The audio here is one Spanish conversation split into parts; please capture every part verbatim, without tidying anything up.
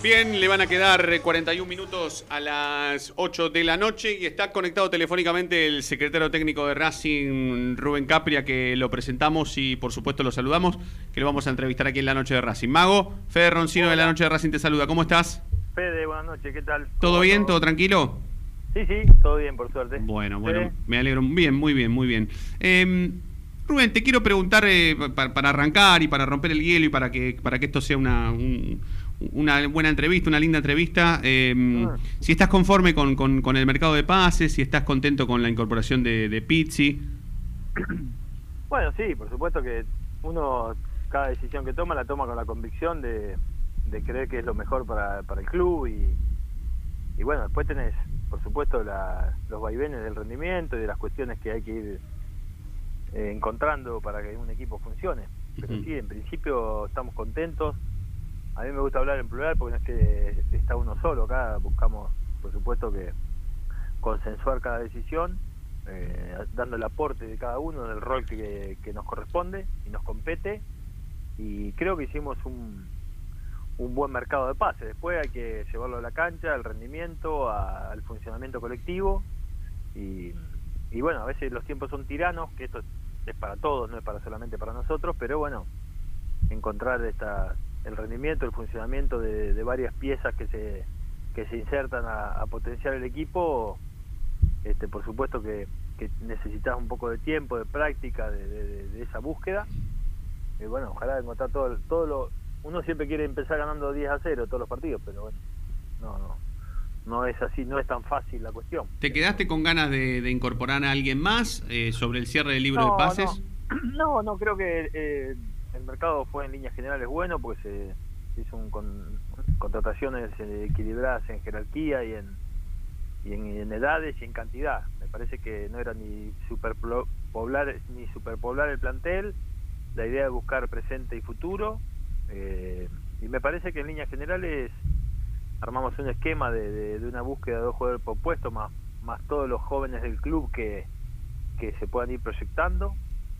Bien, le van a quedar cuarenta y un minutos a las ocho de la noche y está conectado telefónicamente el secretario técnico de Racing, Rubén Capria, que lo presentamos y por supuesto lo saludamos, que lo vamos a entrevistar aquí en la noche de Racing. Mago, Fede Roncino de la noche de Racing te saluda, ¿cómo estás? Fede, buenas noches, ¿qué tal? ¿Todo bien? ¿Todo tranquilo? Sí, sí, todo bien, por suerte. Bueno, bueno, ¿Fede? me alegro. Bien, muy bien, muy bien. Eh, Rubén, te quiero preguntar eh, para, para arrancar y para romper el hielo y para que, para que esto sea una... Un, una buena entrevista, una linda entrevista. Eh, ah. Si estás conforme con, con, con el mercado de pases, si estás contento con la incorporación de, de Pizzi. Bueno, sí, por supuesto que uno, cada decisión que toma, la toma con la convicción de, de creer que es lo mejor para, para el club y, y bueno, después tenés, por supuesto, la, los vaivenes del rendimiento y de las cuestiones que hay que ir eh, encontrando para que un equipo funcione. Pero uh-huh. sí, en principio estamos contentos. A mí me gusta hablar en plural porque no es que está uno solo acá, buscamos por supuesto que consensuar cada decisión, eh, dando el aporte de cada uno del rol que, que nos corresponde y nos compete, y creo que hicimos un, un buen mercado de pases. Después hay que llevarlo a la cancha, al rendimiento, a, al funcionamiento colectivo, y, y bueno, a veces los tiempos son tiranos, que esto es para todos, no es para solamente para nosotros, pero bueno, encontrar esta el rendimiento, el funcionamiento de, de varias piezas que se que se insertan a, a potenciar el equipo, este por supuesto que, que necesitas un poco de tiempo, de práctica, de, de, de esa búsqueda. Y bueno, ojalá encontrar todo, todo lo... Uno siempre quiere empezar ganando diez a cero todos los partidos, pero bueno, no, no, no es así, no es tan fácil la cuestión. ¿Te quedaste con ganas de, de incorporar a alguien más eh, sobre el cierre del libro no, de pases? No, no, no creo que... Eh, el mercado fue en líneas generales bueno, porque se, se hizo un con, contrataciones equilibradas en jerarquía y en, y en, en edades y en cantidad. Me parece que no era ni superpoblar ni superpoblar el plantel, la idea de buscar presente y futuro, eh, y me parece que en líneas generales armamos un esquema de, de, de una búsqueda de dos jugadores por puesto, más, más todos los jóvenes del club que, que se puedan ir proyectando.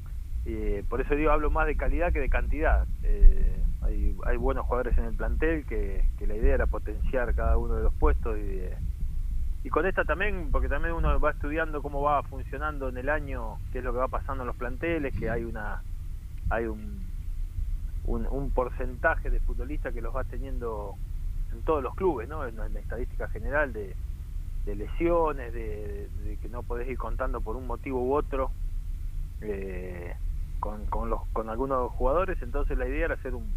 Eh, por eso digo, hablo más de calidad que de cantidad. Eh, hay, hay buenos jugadores en el plantel que, que la idea era potenciar cada uno de los puestos y, eh, y con esta también, porque también uno va estudiando cómo va funcionando en el año, qué es lo que va pasando en los planteles, que hay una hay un, un, un porcentaje de futbolistas que los va teniendo en todos los clubes, ¿no? En, en la estadística general de, de lesiones, de, de, de que no podés ir contando por un motivo u otro. Eh, Con, con, los, con algunos jugadores, entonces la idea era hacer un,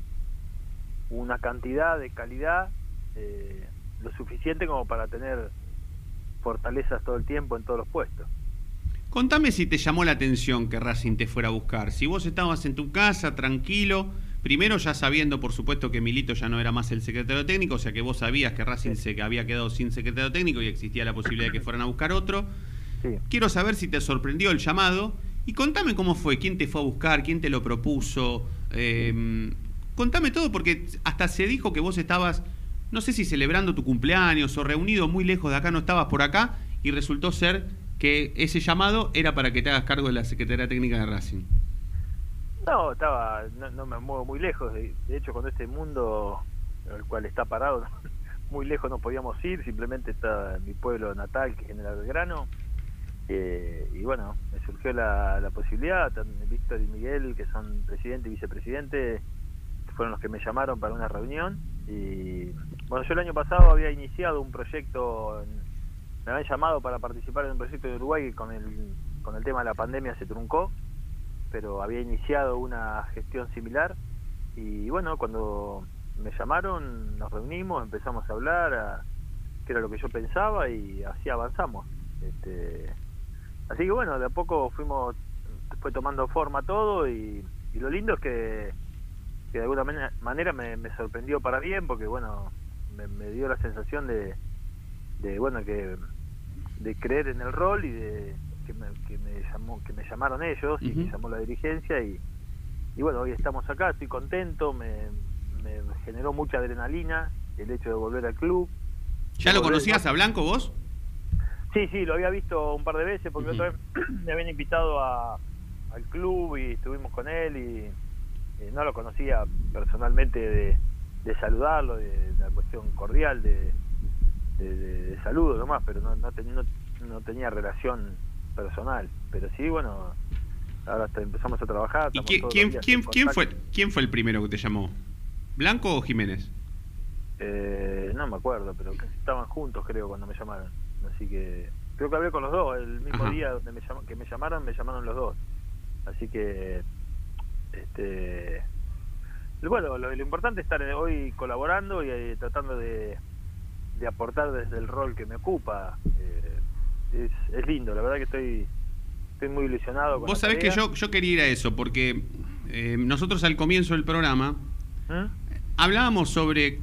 una cantidad de calidad eh, lo suficiente como para tener fortalezas todo el tiempo en todos los puestos. Contame si te llamó la atención que Racing te fuera a buscar. Si vos estabas en tu casa, tranquilo, primero ya sabiendo por supuesto que Milito ya no era más el secretario técnico, o sea que vos sabías que Racing sí. se había quedado sin secretario técnico y existía la posibilidad de que fueran a buscar otro. Sí. Quiero saber si te sorprendió el llamado. Y contame cómo fue, quién te fue a buscar, quién te lo propuso. Eh, contame todo, porque hasta se dijo que vos estabas, no sé si celebrando tu cumpleaños o reunido muy lejos de acá, no estabas por acá, y resultó ser que ese llamado era para que te hagas cargo de la Secretaría Técnica de Racing. No, estaba, no, no me muevo muy lejos. De, de hecho, con este mundo, el cual está parado, muy lejos no podíamos ir, simplemente está mi pueblo natal, que es General Belgrano. Eh, y bueno, me surgió la, la posibilidad. Víctor y Miguel, que son presidente y vicepresidente, fueron los que me llamaron para una reunión. Y bueno, yo el año pasado había iniciado un proyecto, me habían llamado para participar en un proyecto de Uruguay que con el, con el tema de la pandemia se truncó, pero había iniciado una gestión similar. Y bueno, cuando me llamaron, nos reunimos, empezamos a hablar, a, qué era lo que yo pensaba, y así avanzamos. Este, Así que bueno, de a poco fuimos, fue tomando forma todo, y, y lo lindo es que, que de alguna manera, manera me, me sorprendió para bien, porque bueno, me, me dio la sensación de, de bueno, que de creer en el rol y de que me, que me llamó, que me llamaron ellos y uh-huh. me llamó la dirigencia, y, y bueno, hoy estamos acá, estoy contento, me, me generó mucha adrenalina el hecho de volver al club. ¿Ya lo conocías a Blanco vos? Sí, sí, lo había visto un par de veces, porque uh-huh. otra vez me habían invitado a, al club y estuvimos con él, y, y no lo conocía personalmente de, de saludarlo, de, de la cuestión cordial de, de, de, de saludo nomás, pero no, no, ten, no, no tenía relación personal. Pero sí, bueno, ahora hasta empezamos a trabajar. ¿Y quién, quién, quién, quién, fue, quién fue el primero que te llamó? ¿Blanco o Jiménez? Eh, no me acuerdo, pero estaban juntos creo cuando me llamaron. Así que creo que hablé con los dos. El mismo Ajá. día donde me llam que me llamaron, me llamaron los dos. Así que, este, bueno, lo, lo importante es estar hoy colaborando y eh, tratando de, de aportar desde el rol que me ocupa. Eh, es, es lindo, la verdad que estoy, estoy muy ilusionado. Con Vos sabés que yo, yo quería ir a eso, porque eh, nosotros al comienzo del programa ¿Mm? hablábamos sobre,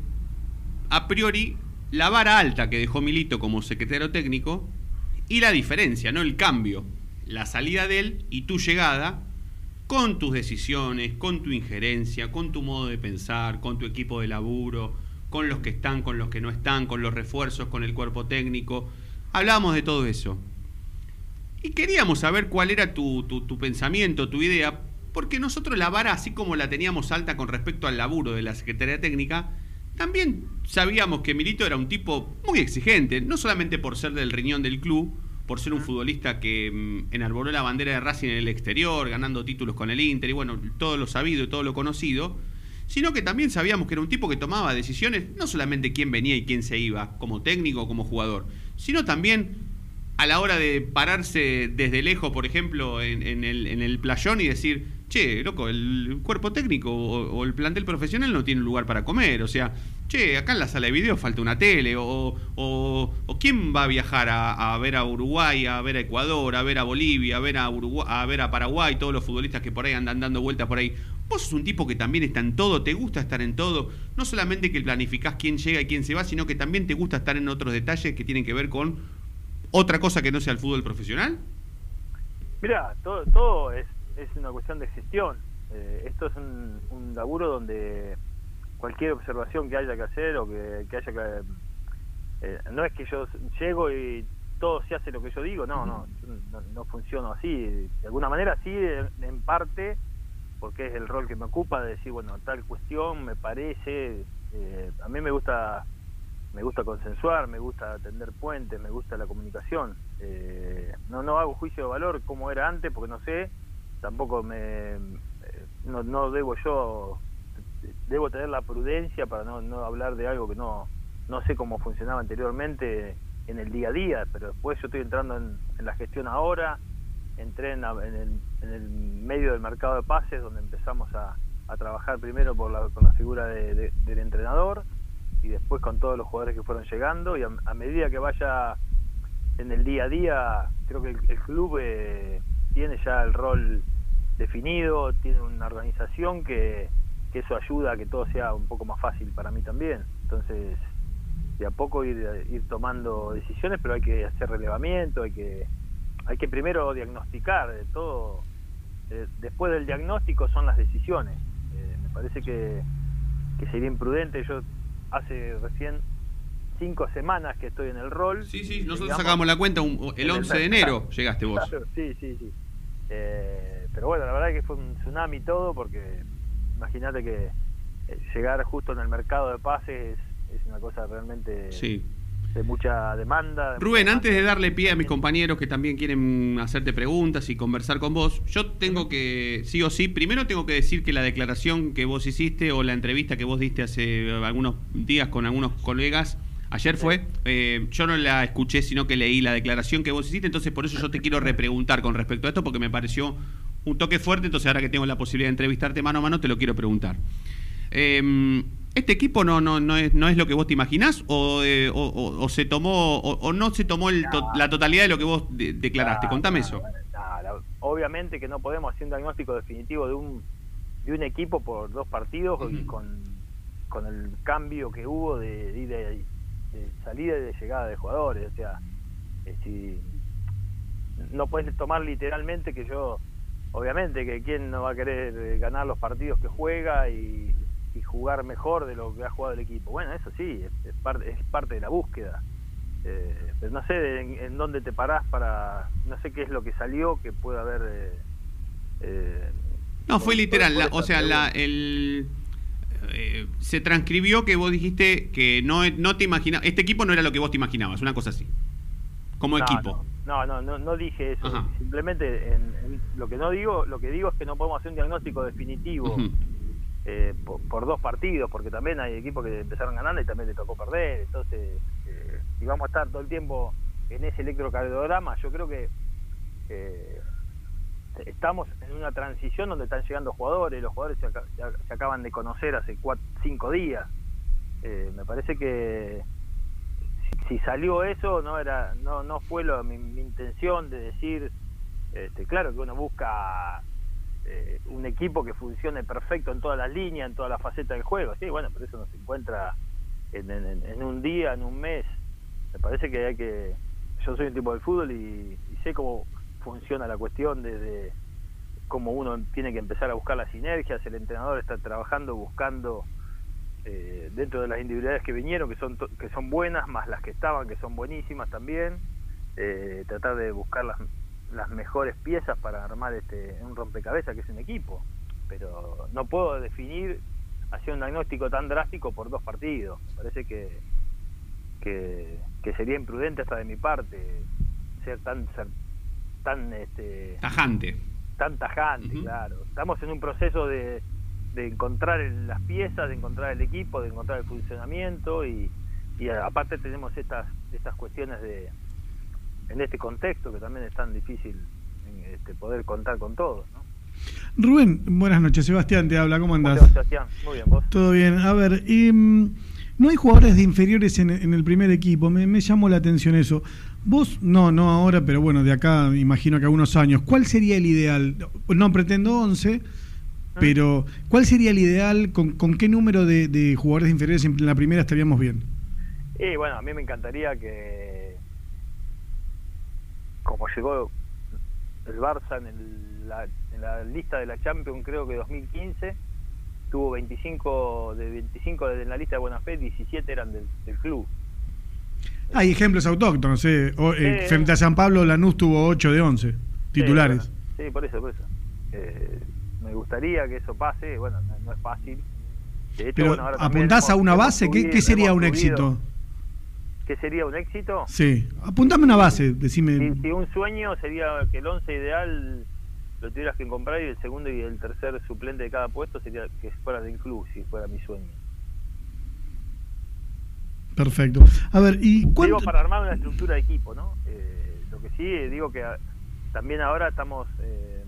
a priori, la vara alta que dejó Milito como secretario técnico y la diferencia, ¿no? El cambio. La salida de él y tu llegada con tus decisiones, con tu injerencia, con tu modo de pensar, con tu equipo de laburo, con los que están, con los que no están, con los refuerzos, con el cuerpo técnico. Hablábamos de todo eso. Y queríamos saber cuál era tu, tu, tu pensamiento, tu idea, porque nosotros la vara, así como la teníamos alta con respecto al laburo de la Secretaría Técnica, también sabíamos que Milito era un tipo muy exigente, no solamente por ser del riñón del club, por ser un futbolista que mmm, enarboló la bandera de Racing en el exterior, ganando títulos con el Inter, y bueno, todo lo sabido y todo lo conocido, sino que también sabíamos que era un tipo que tomaba decisiones, no solamente quién venía y quién se iba, como técnico o como jugador, sino también a la hora de pararse desde lejos, por ejemplo, en, en, el, en el playón y decir, che, loco, el cuerpo técnico o, o el plantel profesional no tiene lugar para comer, o sea, che, acá en la sala de video falta una tele, o, o, o quién va a viajar a, a ver a Uruguay, a ver a Ecuador, a ver a Bolivia, a ver a, Uruguay, a ver a Paraguay, todos los futbolistas que por ahí andan dando vueltas por ahí. Vos sos un tipo que también está en todo, te gusta estar en todo, no solamente que planificás quién llega y quién se va, sino que también te gusta estar en otros detalles que tienen que ver con otra cosa que no sea el fútbol profesional. Mira, todo, todo es, es una cuestión de gestión. Eh, esto es un, un laburo donde cualquier observación que haya que hacer o que, que haya que... Eh, no es que yo llego y todo se hace lo que yo digo, no, no, no, no funciona así. De alguna manera sí, en parte, porque es el rol que me ocupa de decir, bueno, tal cuestión me parece... Eh, a mí me gusta... me gusta consensuar, me gusta tender puentes, me gusta la comunicación. Eh, no no hago juicio de valor como era antes, porque no sé, tampoco me no, no debo yo, debo tener la prudencia para no, no hablar de algo que no, no sé cómo funcionaba anteriormente en el día a día, pero después yo estoy entrando en, en la gestión ahora, entré en, en, el, en el medio del mercado de pases, donde empezamos a, a trabajar primero por la, con la figura de, de, del entrenador, y después con todos los jugadores que fueron llegando, y a, a medida que vaya en el día a día, creo que el, el club eh, tiene ya el rol definido, tiene una organización que, que eso ayuda a que todo sea un poco más fácil para mí también. Entonces, de a poco ir, ir tomando decisiones, pero hay que hacer relevamiento, hay que hay que primero diagnosticar de todo, eh, después del diagnóstico son las decisiones. Eh, me parece que, que sería imprudente. Yo hace recién cinco semanas que estoy en el rol. Sí, sí, nosotros digamos, sacamos la cuenta un, el once de enero llegaste vos. Claro, sí, sí, sí. Eh, pero bueno, la verdad es que fue un tsunami todo, porque imagínate que eh, llegar justo en el mercado de pases es, es una cosa realmente sí. de mucha demanda. De Rubén, mucha antes de darle pie a mis compañeros que también quieren hacerte preguntas y conversar con vos, yo tengo que, sí o sí, primero tengo que decir que la declaración que vos hiciste o la entrevista que vos diste hace algunos días con algunos colegas, ayer fue, eh, yo no la escuché, sino que leí la declaración que vos hiciste, entonces por eso yo te quiero repreguntar con respecto a esto, porque me pareció un toque fuerte, entonces ahora que tengo la posibilidad de entrevistarte mano a mano, te lo quiero preguntar. Eh, ¿Este equipo no no no es no es lo que vos te imaginás o, eh, o, o, o se tomó o, o no se tomó el to, la totalidad de lo que vos de, declaraste? No, Contame no, eso. No, no, obviamente que no podemos hacer un diagnóstico definitivo de un de un equipo por dos partidos uh-huh. y con, con el cambio que hubo de, de, de, de salida y de llegada de jugadores. O sea, eh, si no puedes tomar literalmente que yo, obviamente que quién no va a querer ganar los partidos que juega y y jugar mejor de lo que ha jugado el equipo. Bueno, eso sí, es, es, parte, es parte de la búsqueda. Eh, pero no sé en, en dónde te parás para... No sé qué es lo que salió, que puede haber... Eh, eh, no, fue literal, la, o sea, la, el... eh, se transcribió que vos dijiste que no, no te imaginabas, este equipo no era lo que vos te imaginabas, una cosa así, como no, equipo. No, no, no, no dije eso. Ajá. Simplemente en, en lo que no digo, lo que digo es que no podemos hacer un diagnóstico definitivo Uh-huh. eh, por, por dos partidos, porque también hay equipos que empezaron ganando y también le tocó perder. Entonces, eh, si vamos a estar todo el tiempo en ese electrocardiograma, yo creo que eh, estamos en una transición donde están llegando jugadores, los jugadores se, ac se, se acaban de conocer hace cuatro, cinco días. Eh, me parece que si salió eso no era no no fue lo, mi, mi intención de decir, este, claro que uno busca eh, un equipo que funcione perfecto en todas las líneas, en todas las facetas del juego, sí, bueno, pero eso no se encuentra en, en, en un día, en un mes. Me parece que hay que, yo soy un tipo del fútbol y, y sé cómo funciona la cuestión, desde cómo uno tiene que empezar a buscar las sinergias, el entrenador está trabajando, buscando Eh, dentro de las individualidades que vinieron, que son que son buenas, más las que estaban, que son buenísimas también, eh, tratar de buscar las, las mejores piezas para armar este un rompecabezas que es un equipo, pero no puedo definir, hacer un diagnóstico tan drástico por dos partidos. Me parece que que, que sería imprudente hasta de mi parte ser tan ser, tan este tajante tan tajante. Uh-huh. Claro, estamos en un proceso de de encontrar las piezas, de encontrar el equipo, de encontrar el funcionamiento y, y aparte tenemos estas estas cuestiones de en este contexto que también es tan difícil este, poder contar con todos, ¿no? Rubén, buenas noches, Sebastián te habla, ¿cómo andás? ¿Cómo te va, Sebastián? Muy bien, ¿vos? Todo bien, a ver, eh, no hay jugadores de inferiores en, en el primer equipo, me, me llamó la atención eso. Vos, no, no ahora, pero bueno, de acá imagino que algunos años, ¿cuál sería el ideal? No pretendo once, pero ¿cuál sería el ideal? ¿Con, con qué número de, de jugadores inferiores en la primera estaríamos bien? Y bueno, a mí me encantaría que, como llegó el Barça en, el, la, en la lista de la Champions, creo que dos mil quince, tuvo veinticinco, de veinticinco desde la lista de buena fe, diecisiete eran del, del club. Hay ejemplos autóctonos, ¿eh? O, eh, sí, frente a San Pablo, Lanús tuvo ocho de once titulares. Sí, bueno, sí, por eso, por eso. Eh, me gustaría que eso pase, bueno, no, no es fácil. De hecho, pero bueno, ahora apuntás a una base, ¿qué, ¿qué sería un éxito? ¿Qué sería un éxito? Sí, apuntame una base, decime. Si, si un sueño sería que el once ideal lo tuvieras que comprar y el segundo y el tercer suplente de cada puesto sería que fuera del club, si fuera mi sueño. Perfecto. A ver, ¿y cuánto? Digo, para armar una estructura de equipo, ¿no? Eh, lo que sí, digo que a, también ahora estamos eh,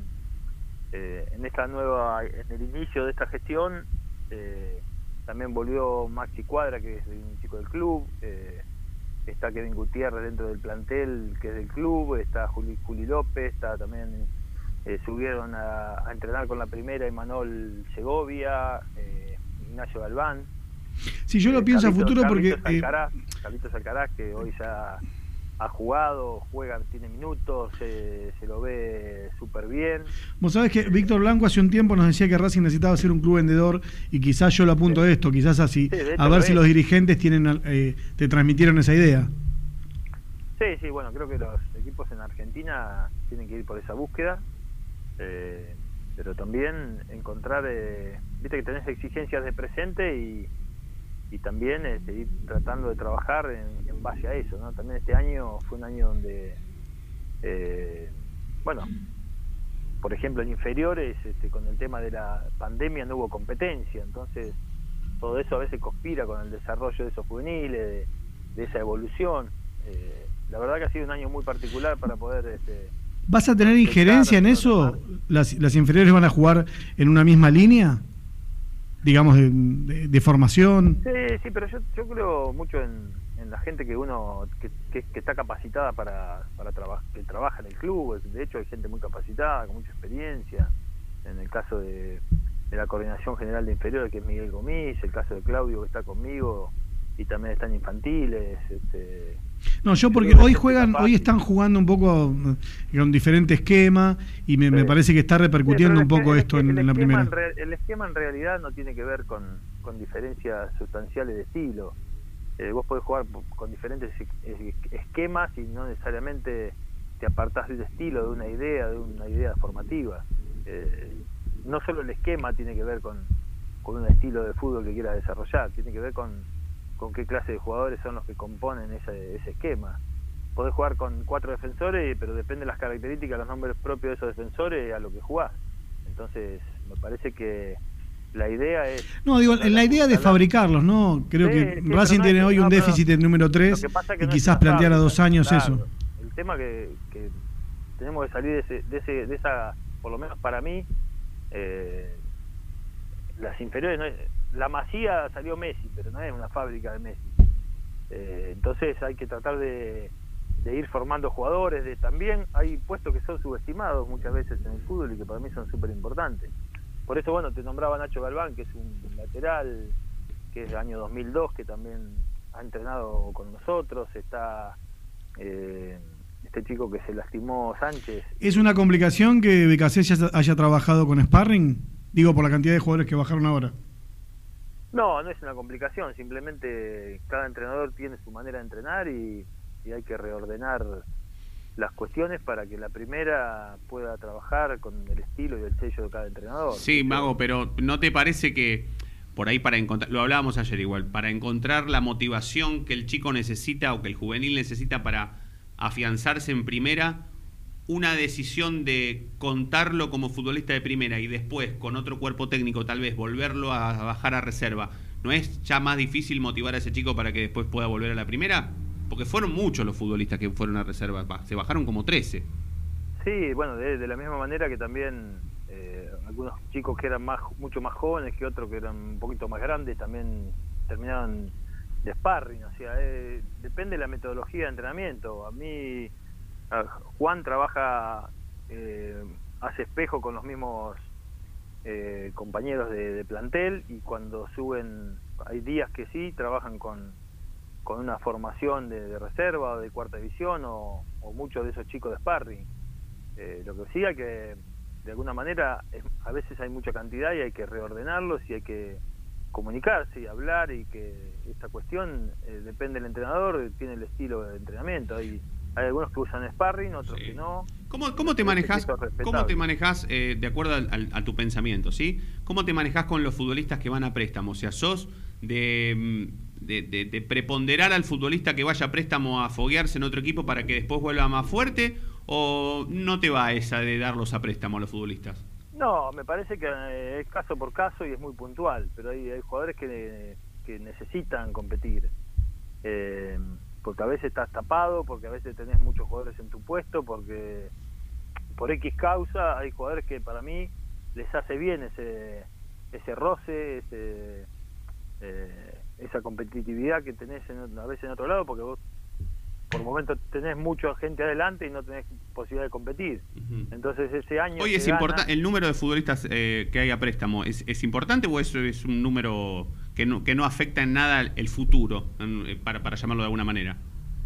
eh, en esta nueva, en el inicio de esta gestión, eh, también volvió Maxi Cuadra, que es un chico del club, eh, está Kevin Gutiérrez dentro del plantel, que es del club, está Juli, Juli López, está también, eh, subieron a, a entrenar con la primera Imanol Segovia, eh, Ignacio Galván. Si yo lo eh, pienso Carlitos, a futuro Carlitos porque... Alcaraz, eh... Carlitos Alcaraz, que hoy ya ha jugado, juega, tiene minutos, se, se lo ve súper bien. Vos sabés que Víctor Blanco hace un tiempo nos decía que Racing necesitaba ser un club vendedor y quizás yo lo apunto a esto, quizás así, sí, a ver si es. Los dirigentes tienen eh, te transmitieron esa idea. Sí, sí, bueno, creo que los equipos en Argentina tienen que ir por esa búsqueda, eh, pero también encontrar, eh, viste que tenés exigencias de presente y y también eh, seguir tratando de trabajar en, en base a eso, ¿no? También este año fue un año donde, eh, bueno, por ejemplo en inferiores, este, con el tema de la pandemia no hubo competencia, entonces todo eso a veces conspira con el desarrollo de esos juveniles, de, de esa evolución. Eh, la verdad que ha sido un año muy particular para poder... Este, ¿Vas a tener injerencia en eso? ¿Las, ¿Las inferiores van a jugar en una misma línea? Digamos, de, de, de formación. Sí, sí, pero yo, yo creo mucho en, en la gente que uno que, que, que está capacitada para, para trabajar, que trabaja en el club. De hecho hay gente muy capacitada, con mucha experiencia. En el caso de, de la Coordinación General de Inferiores, que es Miguel Gomis, el caso de Claudio, que está conmigo, y también están infantiles. Este, no, yo porque hoy juegan, hoy están jugando un poco con diferente esquema y me, sí. me parece que está repercutiendo sí, un poco el, esto el, en, en la primera. En re, el esquema en realidad no tiene que ver con, con diferencias sustanciales de estilo. Eh, vos podés jugar con diferentes esquemas y no necesariamente te apartás de un estilo, de una idea, de una idea formativa. Eh, no solo el esquema tiene que ver con, con un estilo de fútbol que quieras desarrollar, tiene que ver con, con qué clase de jugadores son los que componen ese, ese esquema. Podés jugar con cuatro defensores, pero depende de las características, los nombres propios de esos defensores a lo que jugás. Entonces, me parece que la idea es... No, digo, la, la idea de fabricarlos, ¿no? Creo sí, que sí, Racing no tiene que, hoy no, un déficit de número tres y no quizás plantear a dos años claro, eso. El tema que, que tenemos que salir de, ese, de, ese, de esa, por lo menos para mí, eh, las inferiores, no es, la Masía salió Messi, pero no es una fábrica de Messi. Eh, entonces hay que tratar de, de ir formando jugadores, de también hay puestos que son subestimados muchas veces en el fútbol y que para mí son súper importantes. Por eso, bueno, te nombraba Nacho Galván, que es un lateral, que es del año dos mil dos, que también ha entrenado con nosotros, está eh, este chico que se lastimó, Sánchez. ¿Es una complicación que Becasés ya haya trabajado con sparring? Digo, por la cantidad de jugadores que bajaron ahora. No, no es una complicación, simplemente cada entrenador tiene su manera de entrenar y, y hay que reordenar las cuestiones para que la primera pueda trabajar con el estilo y el sello de cada entrenador. Sí, Mago, pero ¿no te parece que por ahí para encontrar, lo hablábamos ayer igual, para encontrar la motivación que el chico necesita o que el juvenil necesita para afianzarse en primera, una decisión de contarlo como futbolista de primera y después con otro cuerpo técnico tal vez volverlo a bajar a reserva, ¿no es ya más difícil motivar a ese chico para que después pueda volver a la primera? Porque fueron muchos los futbolistas que fueron a reserva, se bajaron como trece. Sí, bueno, de, de la misma manera que también eh, algunos chicos que eran más mucho más jóvenes que otros que eran un poquito más grandes también terminaron de sparring, o sea, eh, depende de la metodología de entrenamiento. A mí Juan trabaja, eh, hace espejo con los mismos eh, compañeros de, de plantel y cuando suben, hay días que sí, trabajan con, con una formación de, de reserva o de cuarta división o, o muchos de esos chicos de sparring. Eh, lo que sí hay que, de alguna manera, es, a veces hay mucha cantidad y hay que reordenarlos y hay que comunicarse y hablar y que esta cuestión eh, depende del entrenador, tiene el estilo de entrenamiento. Hay, Hay algunos que usan sparring, otros sí. que no. ¿Cómo, cómo te manejas? ¿Cómo te manejas eh, de acuerdo al, al, a tu pensamiento, sí? ¿Cómo te manejas con los futbolistas que van a préstamo? O sea, sos de, de, de, de preponderar al futbolista que vaya a préstamo a foguearse en otro equipo para que después vuelva más fuerte, o no te va esa de darlos a préstamo a los futbolistas? No, me parece que eh, es caso por caso y es muy puntual, pero hay, hay jugadores que, que necesitan competir. Eh, porque a veces estás tapado, porque a veces tenés muchos jugadores en tu puesto, porque por X causa hay jugadores que para mí les hace bien ese ese roce, ese, eh, esa competitividad que tenés en, a veces en otro lado, porque vos por momentos tenés mucha gente adelante y no tenés posibilidad de competir. Uh-huh. Entonces ese año... Hoy es importante, ¿el número de futbolistas eh, que hay a préstamo es, es importante o eso es un número que no, que no afecta en nada el futuro, en, para, para llamarlo de alguna manera?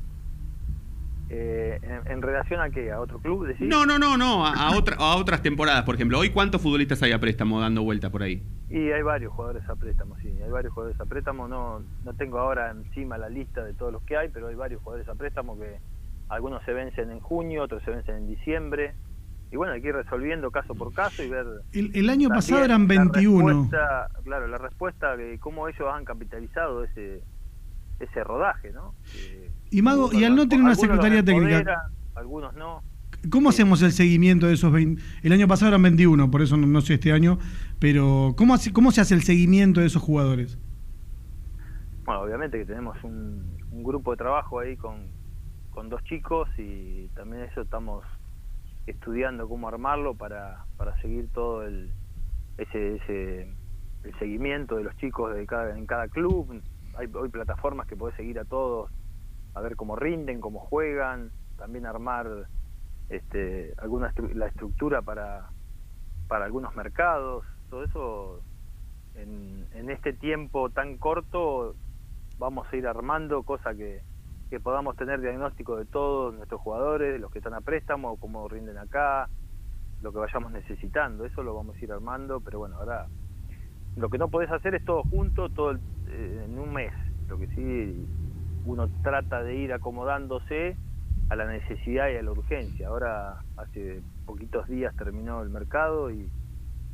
Eh, en, ¿En relación a qué? ¿A otro club? ¿Decís? No, no, no, no, a, a, otra, a otras temporadas, por ejemplo. ¿Hoy cuántos futbolistas hay a préstamo dando vuelta por ahí? Y hay varios jugadores a préstamo, sí, hay varios jugadores a préstamo. No, no tengo ahora encima la lista de todos los que hay, pero hay varios jugadores a préstamo que algunos se vencen en junio, otros se vencen en diciembre. Y bueno, hay que ir resolviendo caso por caso y ver... El, el año pasado eran veintiuno. La claro, la respuesta de cómo ellos han capitalizado ese ese rodaje, ¿no? Eh, y Mago, y al no tener una secretaría técnica... Algunos no. ¿Cómo sí. hacemos el seguimiento de esos veinte? El año pasado eran veintiuno, por eso no, no sé este año, pero ¿cómo, hace, ¿cómo se hace el seguimiento de esos jugadores? Bueno, obviamente que tenemos un, un grupo de trabajo ahí con, con dos chicos y también eso estamos estudiando cómo armarlo para, para seguir todo el ese, ese el seguimiento de los chicos de cada, en cada club. Hay hoy plataformas que podés seguir a todos, a ver cómo rinden, cómo juegan, también armar este alguna estru la estructura para para algunos mercados. Todo eso en, en este tiempo tan corto vamos a ir armando, cosa que, que podamos tener diagnóstico de todos nuestros jugadores, de los que están a préstamo, cómo rinden acá, lo que vayamos necesitando. Eso lo vamos a ir armando, pero bueno, ahora lo que no podés hacer es todo junto, todo el, eh, en un mes. Lo que sí uno trata de ir acomodándose a la necesidad y a la urgencia. Ahora hace poquitos días terminó el mercado y,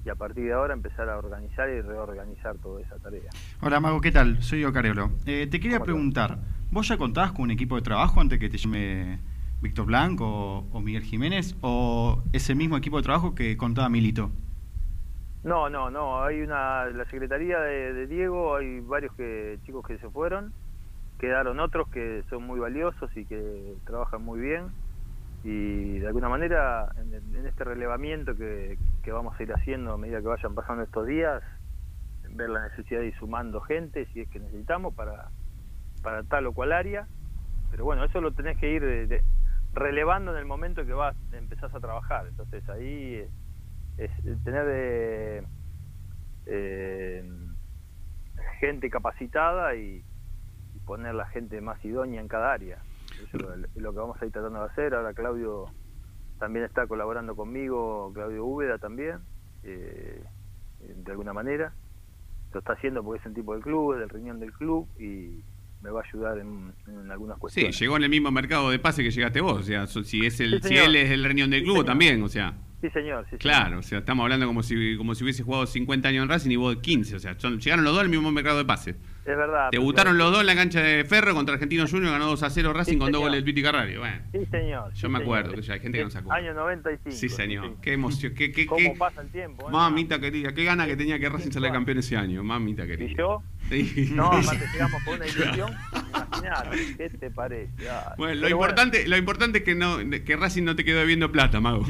y a partir de ahora empezar a organizar y reorganizar toda esa tarea. Hola Mago, ¿qué tal? Soy Ocarelo. Eh, te quería preguntar, ¿vos ya contabas con un equipo de trabajo antes que te llame Víctor Blanco o, o Miguel Jiménez, o ese mismo equipo de trabajo que contaba Milito? No, no, no, hay una, la secretaría de, de Diego, hay varios que, chicos que se fueron, quedaron otros que son muy valiosos y que trabajan muy bien, y de alguna manera en, en este relevamiento que, que vamos a ir haciendo a medida que vayan pasando estos días, ver la necesidad de ir sumando gente si es que necesitamos para, para tal o cual área, pero bueno, eso lo tenés que ir de, de, relevando en el momento que vas, empezás a trabajar, entonces ahí es, es tener de, eh, gente capacitada y, y poner la gente más idónea en cada área. Eso es lo, lo que vamos a ir tratando de hacer. Ahora Claudio también está colaborando conmigo, Claudio Úbeda también, eh, de alguna manera. Lo está haciendo porque es un tipo del club, es del riñón del club, y me va a ayudar en, en algunas cuestiones. Sí, llegó en el mismo mercado de pase que llegaste vos. O sea, si es el, Sí, si él es el riñón del Sí, club señor. también, o sea. Sí, señor. Sí, Claro, señor. o sea, estamos hablando como si como si hubiese jugado cincuenta años en Racing y vos quince. O sea, son, llegaron los dos al mismo mercado de pase. Es verdad. Debutaron pero- los dos en la cancha de Ferro contra Argentino Junior, ganó dos a cero Racing Sí, con dos señor. goles del Piti Carrari. Bueno, Sí, señor. yo sí, me señor. acuerdo que ya hay gente que no se acuerda. Año noventa y cinco. Sí, señor. sí. Qué emoción. Qué, qué, ¿Cómo qué- pasa el tiempo? eh? Mamita querida, qué gana que tenía que Racing salir campeón ese año. Mamita querida. ¿Y yo? Sí. No, aparte llegamos con una ilusión. Imaginate, ¿qué te parece? Ay, Bueno, lo pero importante, lo importante es que no que Racing no te quedó debiendo plata, Mago.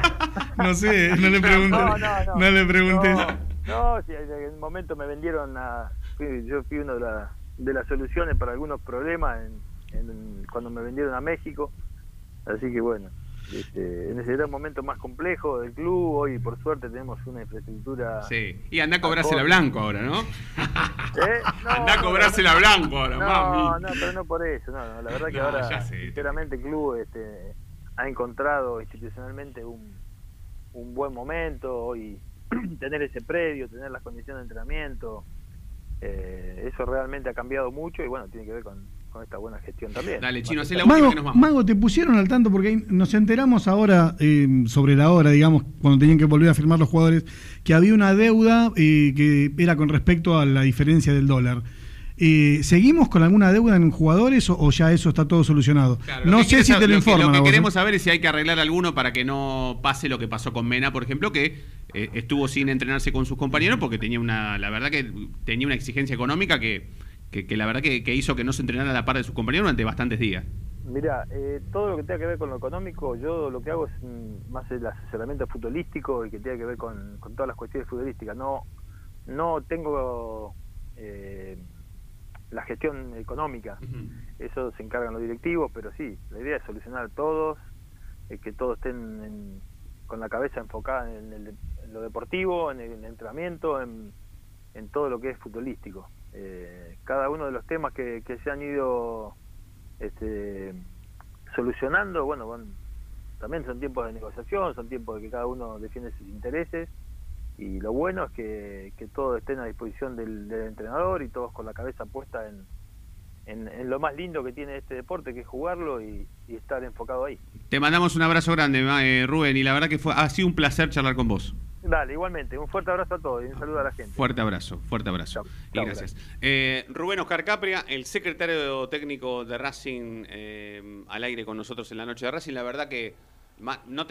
No sé, no le pregunté. No, no, no. No le pregunté. No, no, sí, en un momento me vendieron a... fui- yo fui uno de, la, de las soluciones para algunos problemas en, en- cuando me vendieron a México. Así que bueno, este, en ese era un momento más complejo del club. Hoy por suerte tenemos una infraestructura... Sí. Y anda a cobrársela blanco ahora, ¿no? ¿Eh? No, Anda a no, cobrársela blanco ahora, No, mami. no, pero no por eso. No, no, la verdad que No, ahora, ya sé. sinceramente, el club este, ha encontrado institucionalmente un, un buen momento y tener ese predio, tener las condiciones de entrenamiento, eh, eso realmente ha cambiado mucho y bueno, tiene que ver con, con esta buena gestión también. Dale, Chino, Más hacé la allá- última Mago, que nos vamos. Mago, te pusieron al tanto porque ahí nos enteramos ahora eh, sobre la hora, digamos, cuando tenían que volver a firmar los jugadores, que había una deuda eh, que era con respecto a la diferencia del dólar. Eh, ¿Seguimos con alguna deuda en jugadores o, o ya eso está todo solucionado? Claro, lo no que sé quieres si sab- te lo lo que- informan. Lo a que vos, ¿eh? queremos saber es si hay que arreglar alguno para que no pase lo que pasó con Mena, por ejemplo, que eh, estuvo sin entrenarse con sus compañeros porque tenía una, la verdad que tenía una exigencia económica que, que, que la verdad que, que hizo que no se entrenara a la par de sus compañeros durante bastantes días. Mira, eh, todo lo que tenga que ver con lo económico, yo lo que hago es mm, más el asesoramiento futbolístico y que tenga que ver con, con todas las cuestiones futbolísticas. No, no tengo eh, la gestión económica, eso se encargan los directivos, pero sí, la idea es solucionar a todos, eh, que todos estén en- con la cabeza enfocada en, el- en lo deportivo, en el, en el entrenamiento, en, en todo lo que es futbolístico. Eh, cada uno de los temas que, que se han ido este, solucionando, bueno, van, también son tiempos de negociación, son tiempos de que cada uno defiende sus intereses, y lo bueno es que, que todos estén a disposición del, del entrenador y todos con la cabeza puesta en, en, en lo más lindo que tiene este deporte, que es jugarlo y, y estar enfocado ahí. Te mandamos un abrazo grande, ma- eh, Rubén, y la verdad que fue, ha sido un placer charlar con vos. Dale, igualmente, un fuerte abrazo a todos y un saludo a la gente. Fuerte abrazo, fuerte abrazo. Chau, y chau, gracias. Eh, Rubén Oscar Capria, el secretario técnico de Racing, eh, al aire con nosotros en la noche de Racing. La verdad que ma- no te